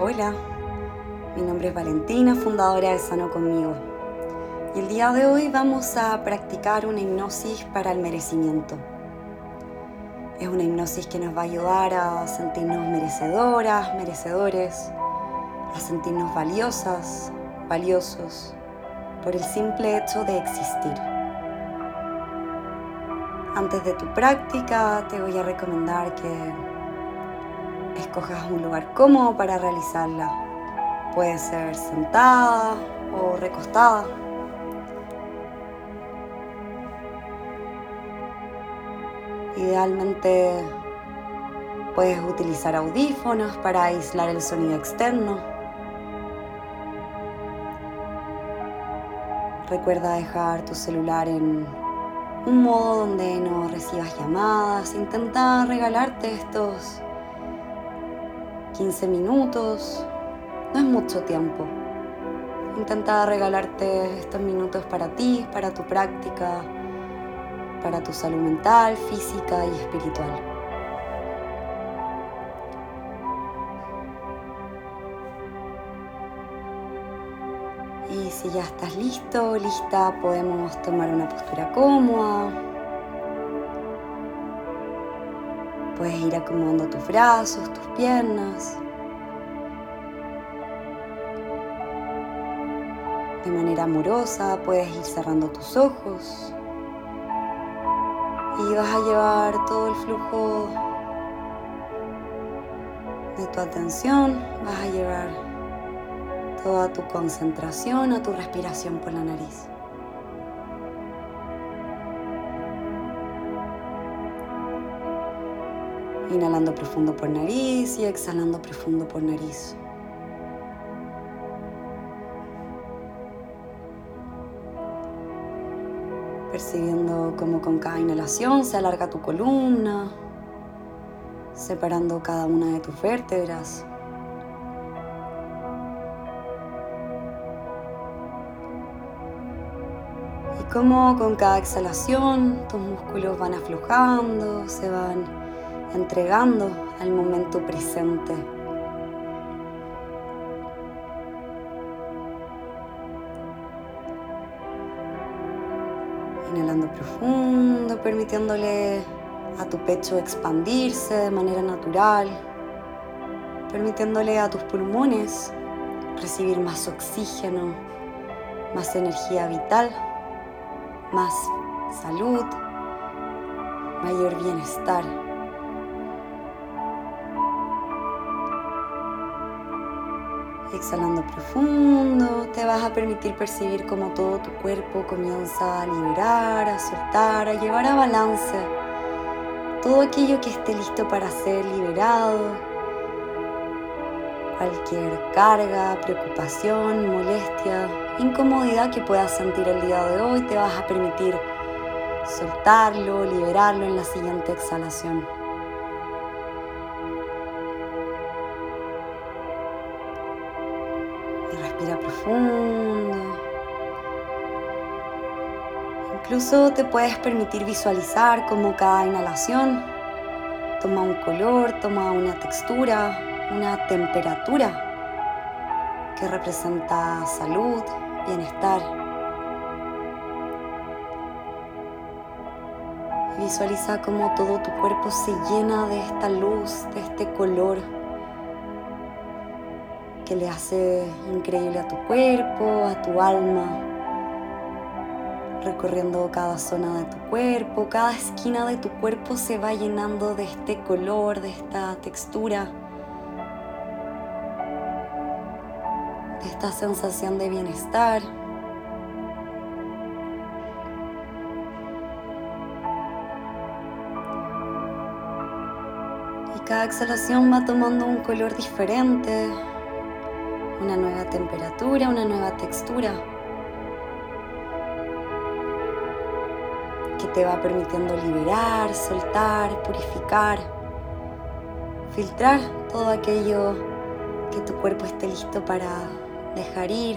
Hola, mi nombre es Valentina, fundadora de Sano Conmigo. Y el día de hoy vamos a practicar una hipnosis para el merecimiento. Es una hipnosis que nos va a ayudar a sentirnos merecedoras, merecedores, a sentirnos valiosas, valiosos, por el simple hecho de existir. Antes de tu práctica, te voy a recomendar que escojas un lugar cómodo para realizarla. Puede ser sentada o recostada. Idealmente puedes utilizar audífonos para aislar el sonido externo. Recuerda dejar tu celular en un modo donde no recibas llamadas. Intenta regalarte estos 15 minutos. No es mucho tiempo. Intenta regalarte estos minutos para ti, para tu práctica, para tu salud mental, física y espiritual. Y si ya estás listo, lista, podemos tomar una postura cómoda. Puedes ir acomodando tus brazos, tus piernas. De manera amorosa puedes ir cerrando tus ojos. Y vas a llevar todo el flujo de tu atención, vas a llevar toda tu concentración a tu respiración por la nariz. Inhalando profundo por nariz y exhalando profundo por nariz. Percibiendo cómo con cada inhalación se alarga tu columna, separando cada una de tus vértebras. Y cómo con cada exhalación tus músculos van aflojando, se van entregando al momento presente. Inhalando profundo, permitiéndole a tu pecho expandirse de manera natural, permitiéndole a tus pulmones recibir más oxígeno, más energía vital, más salud, mayor bienestar. Exhalando profundo, te vas a permitir percibir cómo todo tu cuerpo comienza a liberar, a soltar, a llevar a balance todo aquello que esté listo para ser liberado. Cualquier carga, preocupación, molestia, incomodidad que puedas sentir el día de hoy, te vas a permitir soltarlo, liberarlo en la siguiente exhalación. Y respira profundo. Incluso te puedes permitir visualizar cómo cada inhalación toma un color, toma una textura, una temperatura que representa salud, bienestar. Visualiza cómo todo tu cuerpo se llena de esta luz, de este color que le hace increíble a tu cuerpo, a tu alma, recorriendo cada zona de tu cuerpo, cada esquina de tu cuerpo se va llenando de este color, de esta textura, de esta sensación de bienestar. Y cada exhalación va tomando un color diferente, una nueva temperatura, una nueva textura, que te va permitiendo liberar, soltar, purificar, filtrar todo aquello que tu cuerpo esté listo para dejar ir.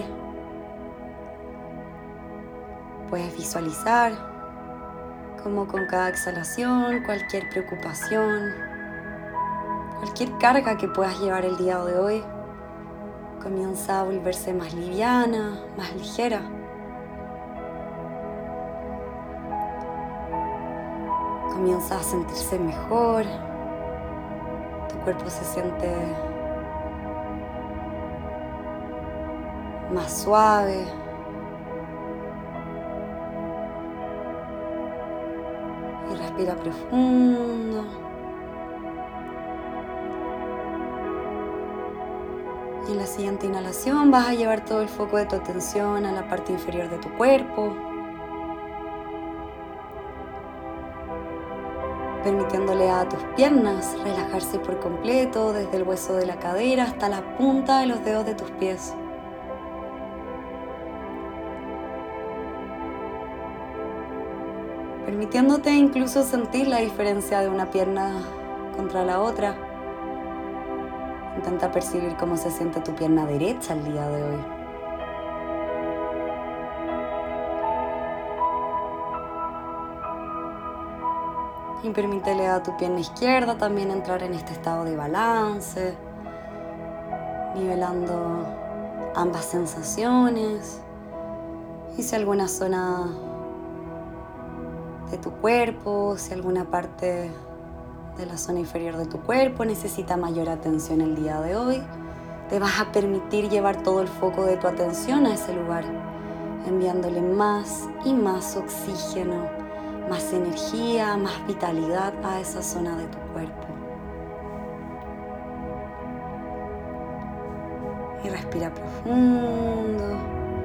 Puedes visualizar cómo con cada exhalación, cualquier preocupación, cualquier carga que puedas llevar el día de hoy, comienza a volverse más liviana, más ligera. Comienza a sentirse mejor. Tu cuerpo se siente más suave. Y respira profundo. Y en la siguiente inhalación vas a llevar todo el foco de tu atención a la parte inferior de tu cuerpo, permitiéndole a tus piernas relajarse por completo desde el hueso de la cadera hasta la punta de los dedos de tus pies. Permitiéndote incluso sentir la diferencia de una pierna contra la otra. Intenta percibir cómo se siente tu pierna derecha el día de hoy. Y permítele a tu pierna izquierda también entrar en este estado de balance, nivelando ambas sensaciones. Y si alguna zona de tu cuerpo, si alguna parte de la zona inferior de tu cuerpo necesita mayor atención el día de hoy, te vas a permitir llevar todo el foco de tu atención a ese lugar, enviándole más y más oxígeno, más energía, más vitalidad a esa zona de tu cuerpo. Y respira profundo,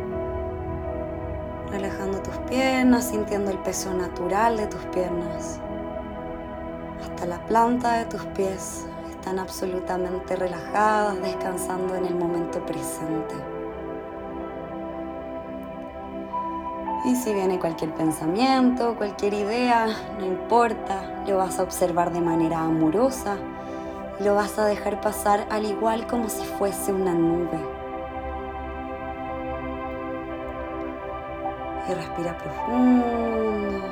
relajando tus piernas, sintiendo el peso natural de tus piernas. Hasta la planta de tus pies están absolutamente relajadas, descansando en el momento presente. Y si viene cualquier pensamiento, cualquier idea, no importa, lo vas a observar de manera amorosa y lo vas a dejar pasar al igual como si fuese una nube. Y respira profundo.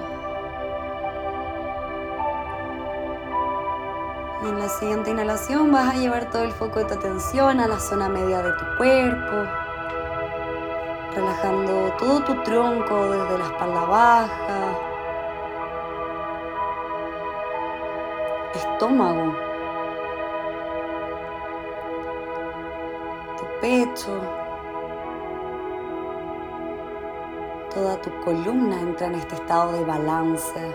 Y en la siguiente inhalación vas a llevar todo el foco de tu atención a la zona media de tu cuerpo, relajando todo tu tronco desde la espalda baja, estómago, tu pecho, toda tu columna entra en este estado de balance.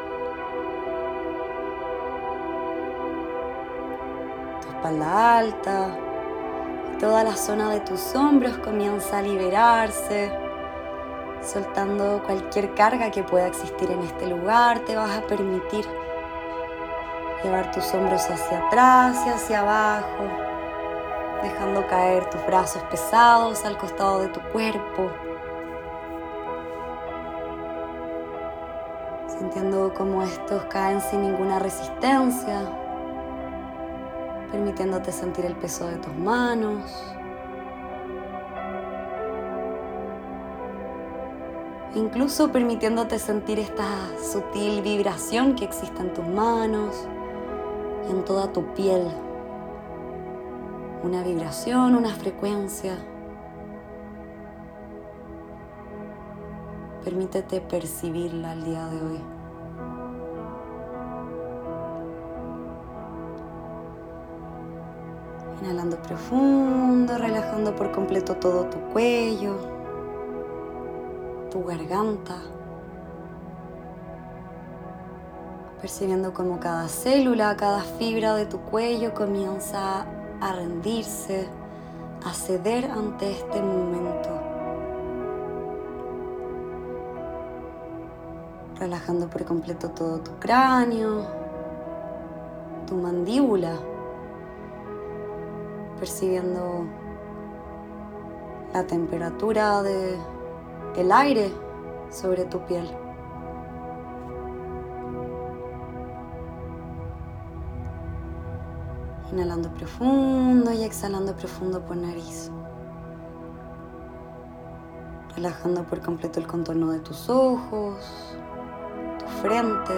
Espalda alta, y toda la zona de tus hombros comienza a liberarse, soltando cualquier carga que pueda existir en este lugar. Te vas a permitir llevar tus hombros hacia atrás y hacia abajo, dejando caer tus brazos pesados al costado de tu cuerpo, sintiendo cómo estos caen sin ninguna resistencia, permitiéndote sentir el peso de tus manos. Incluso permitiéndote sentir esta sutil vibración que existe en tus manos y en toda tu piel. Una vibración, una frecuencia. Permítete percibirla el día de hoy. Inhalando profundo, relajando por completo todo tu cuello, tu garganta, percibiendo cómo cada célula, cada fibra de tu cuello comienza a rendirse, a ceder ante este momento. Relajando por completo todo tu cráneo, tu mandíbula, percibiendo la temperatura del aire sobre tu piel. Inhalando profundo y exhalando profundo por nariz. Relajando por completo el contorno de tus ojos, tu frente.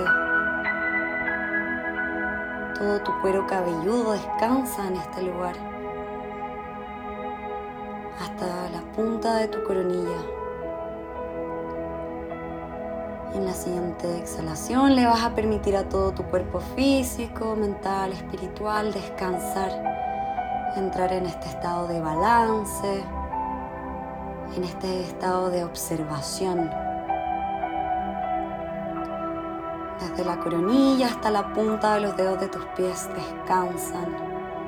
Todo tu cuero cabelludo descansa en este lugar. hasta la punta de tu coronilla. En la siguiente exhalación le vas a permitir a todo tu cuerpo físico, mental, espiritual descansar, entrar en este estado de balance, en este estado de observación. Desde la coronilla hasta la punta de los dedos de tus pies descansan.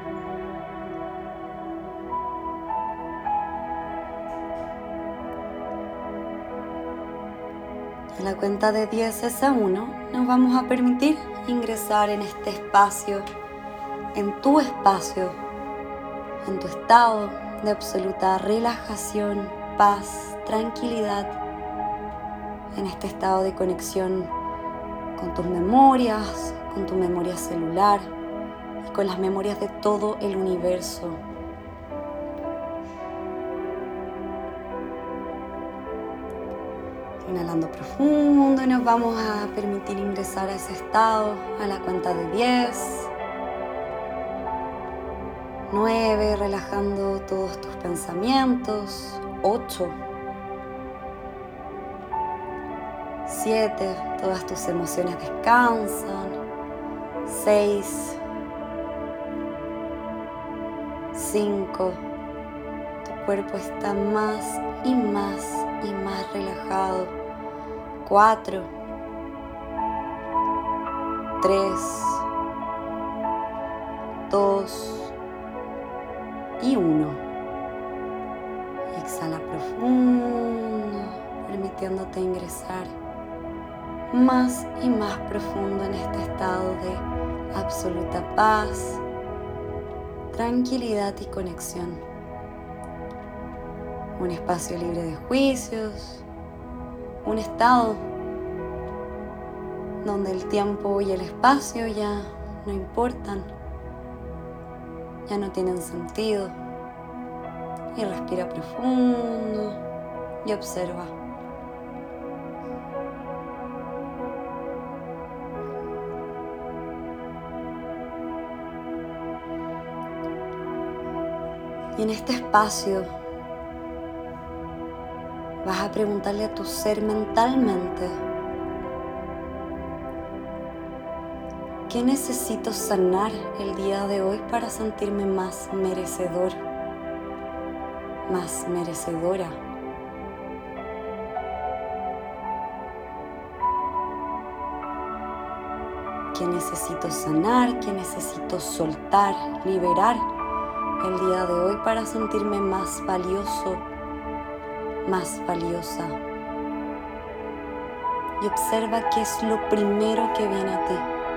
A la cuenta de 10 es a 1, nos vamos a permitir ingresar en este espacio, en tu espacio, en tu estado de absoluta relajación, paz, tranquilidad, en este estado de conexión con tus memorias, con tu memoria celular y con las memorias de todo el universo. Inhalando profundo y nos vamos a permitir ingresar a ese estado a la cuenta de 10, 9, relajando todos tus pensamientos, 8, 7, todas tus emociones descansan, 6, 5, tu cuerpo está más y más y más relajado. 4, 3, 2 y 1. Exhala profundo, permitiéndote ingresar más y más profundo en este estado de absoluta paz, tranquilidad y conexión. Un espacio libre de juicios, un estado donde el tiempo y el espacio ya no importan, ya no tienen sentido. Y respira profundo y observa. Y en este espacio vas a preguntarle a tu ser mentalmente: ¿qué necesito sanar el día de hoy para sentirme más merecedor, más merecedora? ¿Qué necesito sanar? ¿Qué necesito soltar, liberar el día de hoy para sentirme más valioso, más valiosa? Y observa qué es lo primero que viene a ti.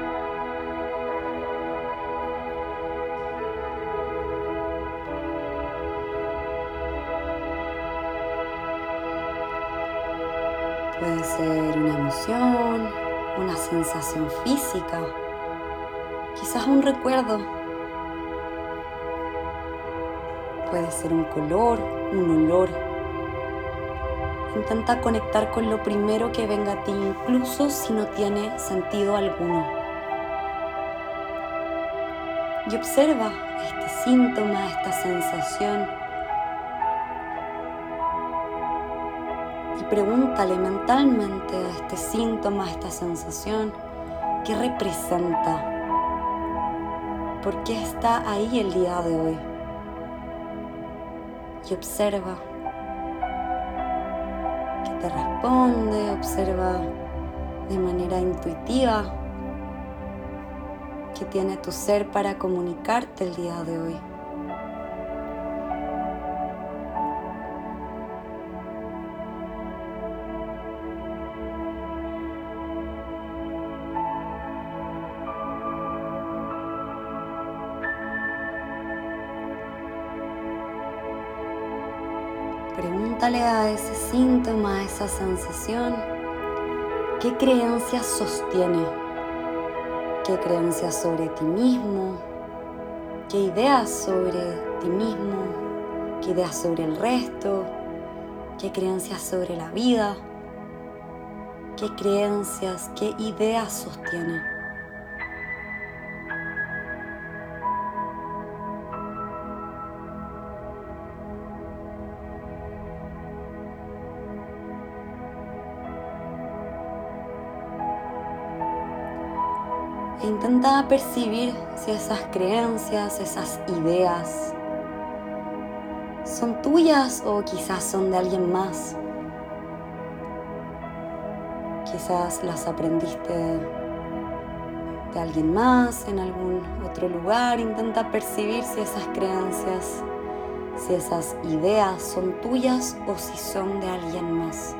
Puede ser una emoción, una sensación física, quizás un recuerdo. Puede ser un color, un olor. Intenta conectar con lo primero que venga a ti, incluso si no tiene sentido alguno. Y observa este síntoma, esta sensación. Y pregúntale mentalmente a este síntoma, a esta sensación, ¿qué representa? ¿Por qué está ahí el día de hoy? Y observa qué te responde, observa de manera intuitiva qué tiene tu ser para comunicarte el día de hoy. Pregúntale a ese síntoma, a esa sensación, ¿qué creencias sostiene? ¿Qué creencias sobre ti mismo? ¿Qué ideas sobre ti mismo? ¿Qué ideas sobre el resto? ¿Qué creencias sobre la vida? ¿Qué creencias, qué ideas sostiene? E intenta percibir si esas creencias, esas ideas son tuyas o quizás son de alguien más. Quizás las aprendiste de alguien más en algún otro lugar. Intenta percibir si esas creencias, si esas ideas son tuyas o si son de alguien más.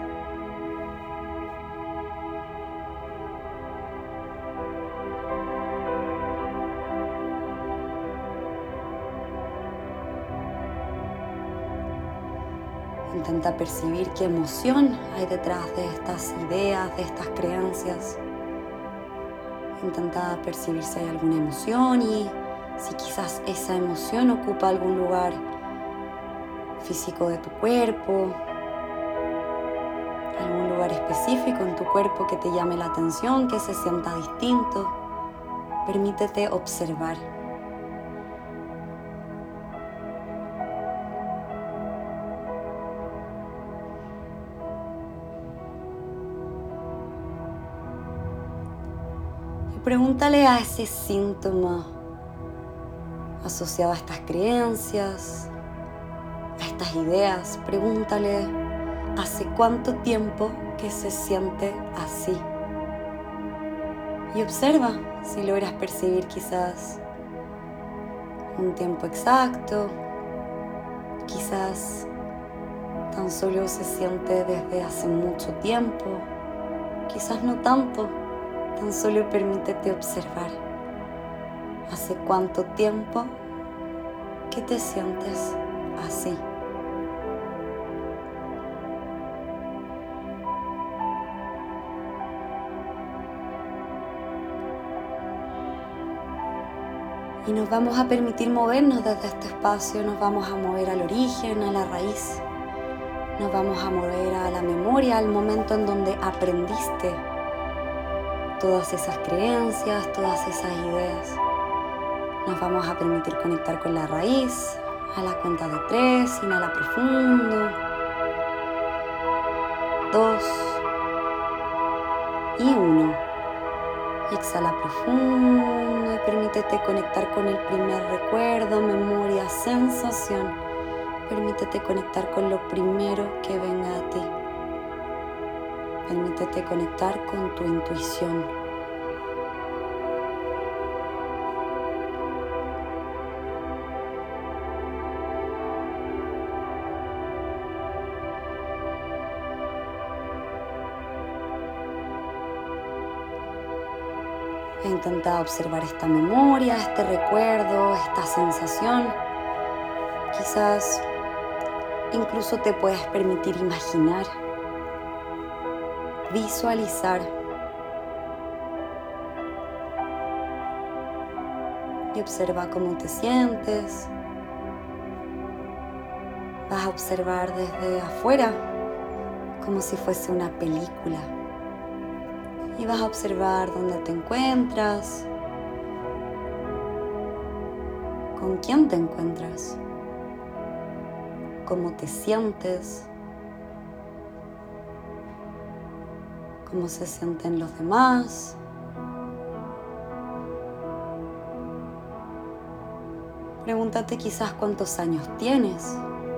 Intenta percibir qué emoción hay detrás de estas ideas, de estas creencias. Intenta percibir si hay alguna emoción y si quizás esa emoción ocupa algún lugar físico de tu cuerpo, algún lugar específico en tu cuerpo que te llame la atención, que se sienta distinto. Permítete observar. Pregúntale a ese síntoma asociado a estas creencias, a estas ideas. Pregúntale hace cuánto tiempo que se siente así. Y observa si logras percibir quizás un tiempo exacto, quizás tan solo se siente desde hace mucho tiempo, quizás no tanto. Tan solo permítete observar hace cuánto tiempo que te sientes así. Y nos vamos a permitir movernos desde este espacio, nos vamos a mover al origen, a la raíz, nos vamos a mover a la memoria, al momento en donde aprendiste todas esas creencias, todas esas ideas. Nos vamos a permitir conectar con la raíz. A la cuenta de 3, inhala profundo. 2 y 1. Exhala profundo y permítete conectar con el primer recuerdo, memoria, sensación. Permítete conectar con lo primero que venga a ti. Permítete conectar con tu intuición. E intenta observar esta memoria, este recuerdo, esta sensación. Quizás incluso te puedes permitir imaginar, visualizar y observa cómo te sientes. Vas a observar desde afuera como si fuese una película. Y vas a observar dónde te encuentras, con quién te encuentras, cómo te sientes, cómo se sienten los demás. Pregúntate quizás cuántos años tienes.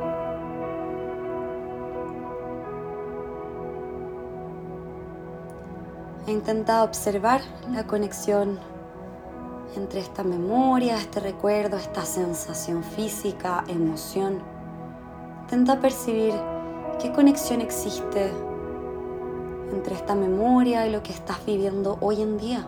E intenta observar la conexión entre esta memoria, este recuerdo, esta sensación física, emoción. Intenta percibir qué conexión existe entre esta memoria y lo que estás viviendo hoy en día.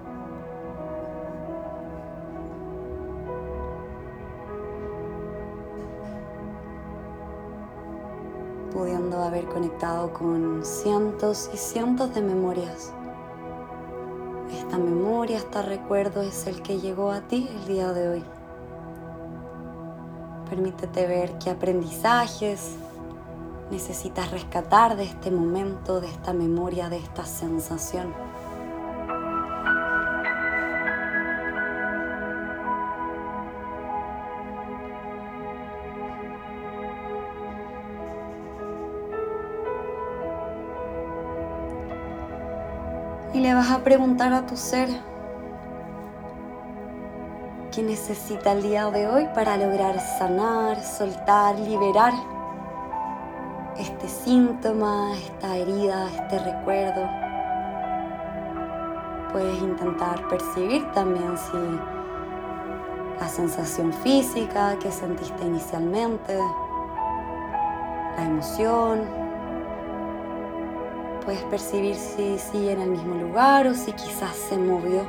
Pudiendo haber conectado con cientos y cientos de memorias. Esta memoria, este recuerdo es el que llegó a ti el día de hoy. Permítete ver qué aprendizajes necesitas rescatar de este momento, de esta memoria, de esta sensación. Y le vas a preguntar a tu ser que necesita el día de hoy para lograr sanar, soltar, liberar este síntoma, esta herida, este recuerdo. Puedes intentar percibir también si la sensación física que sentiste inicialmente, la emoción. Puedes percibir si sigue en el mismo lugar o si quizás se movió.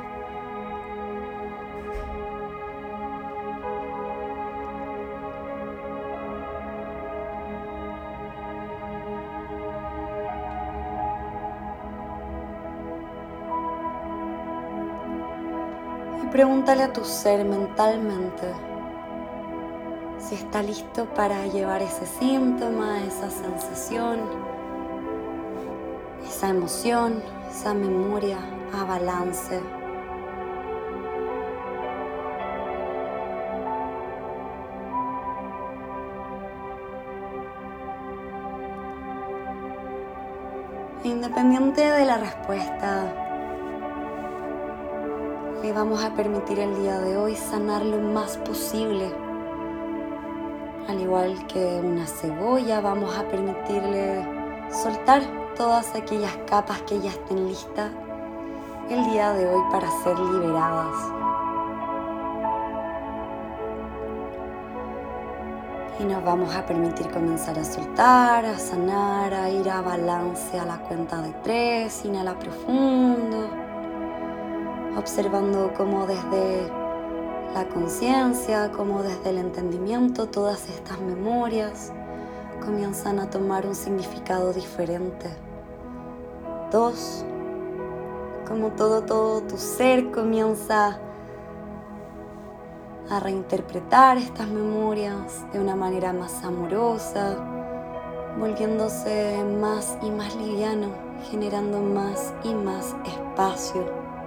Y pregúntale a tu ser mentalmente si está listo para llevar ese síntoma, esa sensación, esa emoción, esa memoria a balance. E independiente de la respuesta, le vamos a permitir el día de hoy sanar lo más posible. Al igual que una cebolla, vamos a permitirle soltar todas aquellas capas que ya estén listas el día de hoy para ser liberadas. Y nos vamos a permitir comenzar a soltar, a sanar, a ir a balance a la cuenta de 3. Inhala profundo, observando cómo desde la conciencia, como desde el entendimiento, todas estas memorias comienzan a tomar un significado diferente. 2, como todo tu ser comienza a reinterpretar estas memorias de una manera más amorosa, volviéndose más y más liviano, generando más y más espacio.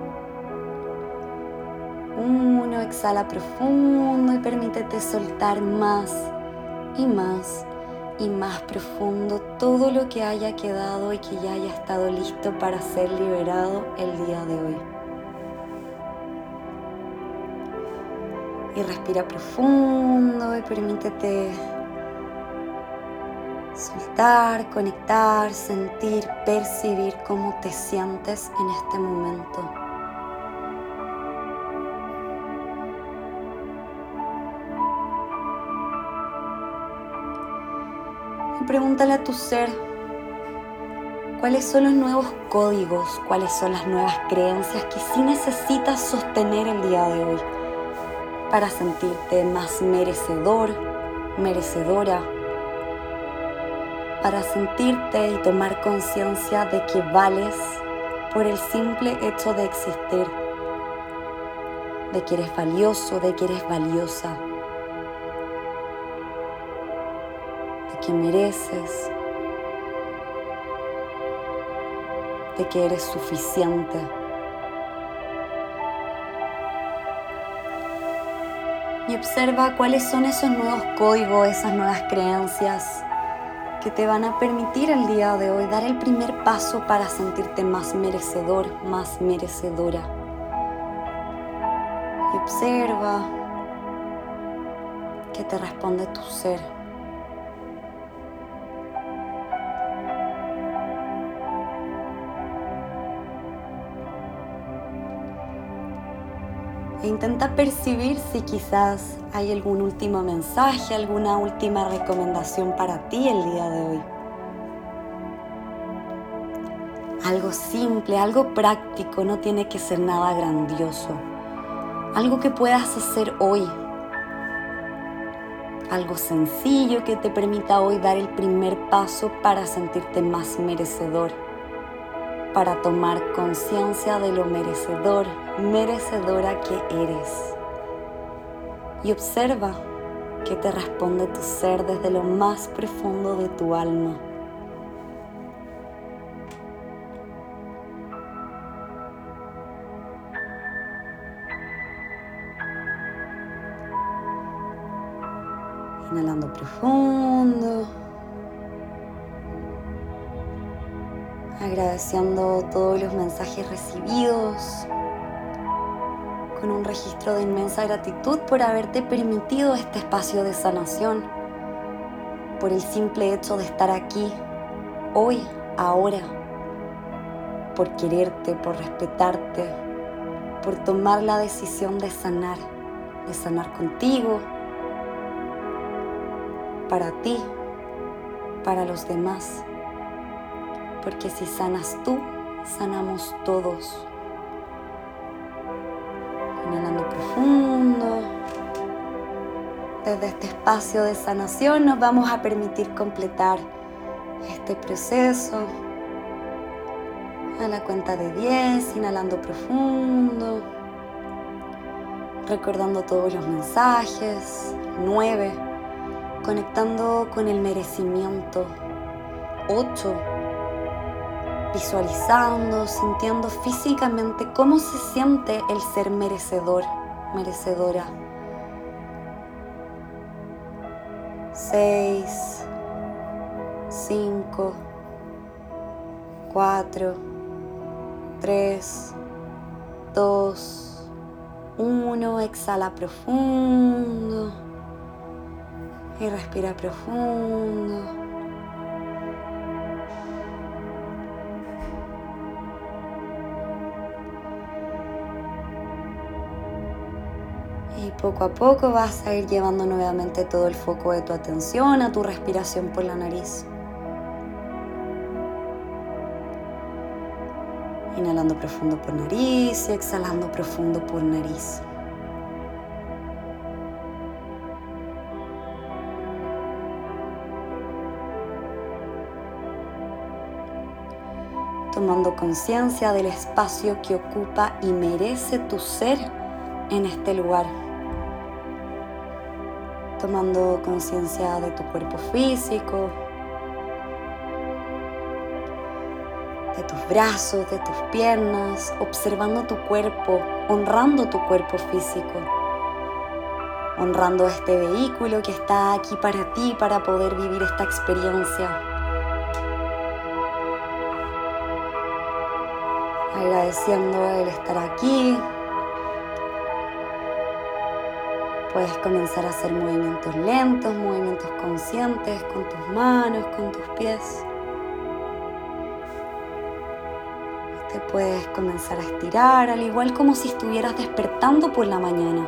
1, exhala profundo y permítete soltar más y más y más profundo todo lo que haya quedado y que ya haya estado listo para ser liberado el día de hoy. Y respira profundo y permítete soltar, conectar, sentir, percibir cómo te sientes en este momento. Y pregúntale a tu ser cuáles son los nuevos códigos, cuáles son las nuevas creencias que sí necesitas sostener el día de hoy para sentirte más merecedor, merecedora, para sentirte y tomar conciencia de que vales por el simple hecho de existir, de que eres valioso, de que eres valiosa, de que mereces, de que eres suficiente. Y observa cuáles son esos nuevos códigos, esas nuevas creencias que te van a permitir el día de hoy dar el primer paso para sentirte más merecedor, más merecedora. Y observa qué te responde tu ser. E intenta percibir si quizás hay algún último mensaje, alguna última recomendación para ti el día de hoy. Algo simple, algo práctico, no tiene que ser nada grandioso. Algo que puedas hacer hoy. Algo sencillo que te permita hoy dar el primer paso para sentirte más merecedor. Para tomar conciencia de lo merecedor, merecedora que eres. Y observa qué te responde tu ser desde lo más profundo de tu alma. Inhalando profundo. Agradeciendo todos los mensajes recibidos, con un registro de inmensa gratitud por haberte permitido este espacio de sanación, por el simple hecho de estar aquí, hoy, ahora, por quererte, por respetarte, por tomar la decisión de sanar contigo, para ti, para los demás, porque si sanas tú, sanamos todos. Inhalando profundo. Desde este espacio de sanación nos vamos a permitir completar este proceso. A la cuenta de 10, inhalando profundo. Recordando todos los mensajes. 9. Conectando con el merecimiento. 8. Visualizando, sintiendo físicamente cómo se siente el ser merecedor, merecedora. 6, 5, 4, 3, 2, 1. Exhala profundo y respira profundo. Y poco a poco vas a ir llevando nuevamente todo el foco de tu atención a tu respiración por la nariz. Inhalando profundo por nariz y exhalando profundo por nariz. Tomando conciencia del espacio que ocupa y merece tu ser en este lugar. Tomando conciencia de tu cuerpo físico, de tus brazos, de tus piernas, observando tu cuerpo, honrando tu cuerpo físico, honrando este vehículo que está aquí para ti, para poder vivir esta experiencia. Agradeciendo el estar aquí. Puedes comenzar a hacer movimientos lentos, movimientos conscientes con tus manos, con tus pies. Te puedes comenzar a estirar, al igual como si estuvieras despertando por la mañana.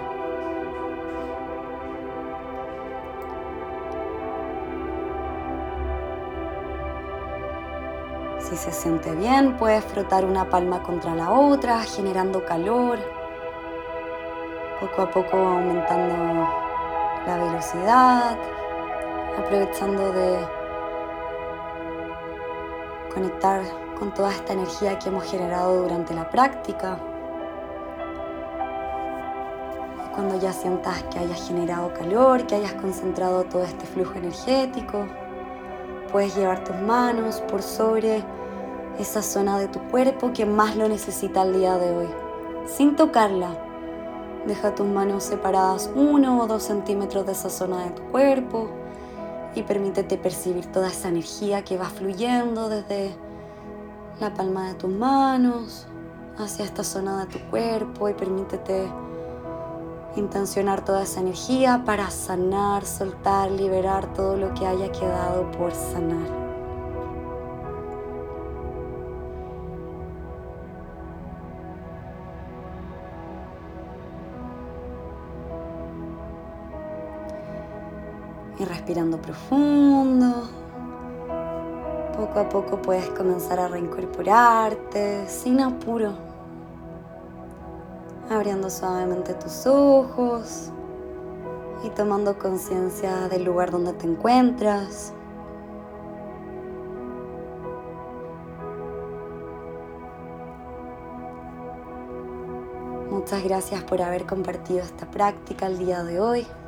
Si se siente bien, puedes frotar una palma contra la otra, generando calor. Poco a poco aumentando la velocidad, aprovechando de conectar con toda esta energía que hemos generado durante la práctica. Cuando ya sientas que hayas generado calor, que hayas concentrado todo este flujo energético, puedes llevar tus manos por sobre esa zona de tu cuerpo que más lo necesita el día de hoy, sin tocarla. Deja tus manos separadas 1 o 2 centímetros de esa zona de tu cuerpo y permítete percibir toda esa energía que va fluyendo desde la palma de tus manos hacia esta zona de tu cuerpo y permítete intencionar toda esa energía para sanar, soltar, liberar todo lo que haya quedado por sanar. Y respirando profundo, poco a poco puedes comenzar a reincorporarte sin apuro, abriendo suavemente tus ojos y tomando conciencia del lugar donde te encuentras. Muchas gracias por haber compartido esta práctica el día de hoy.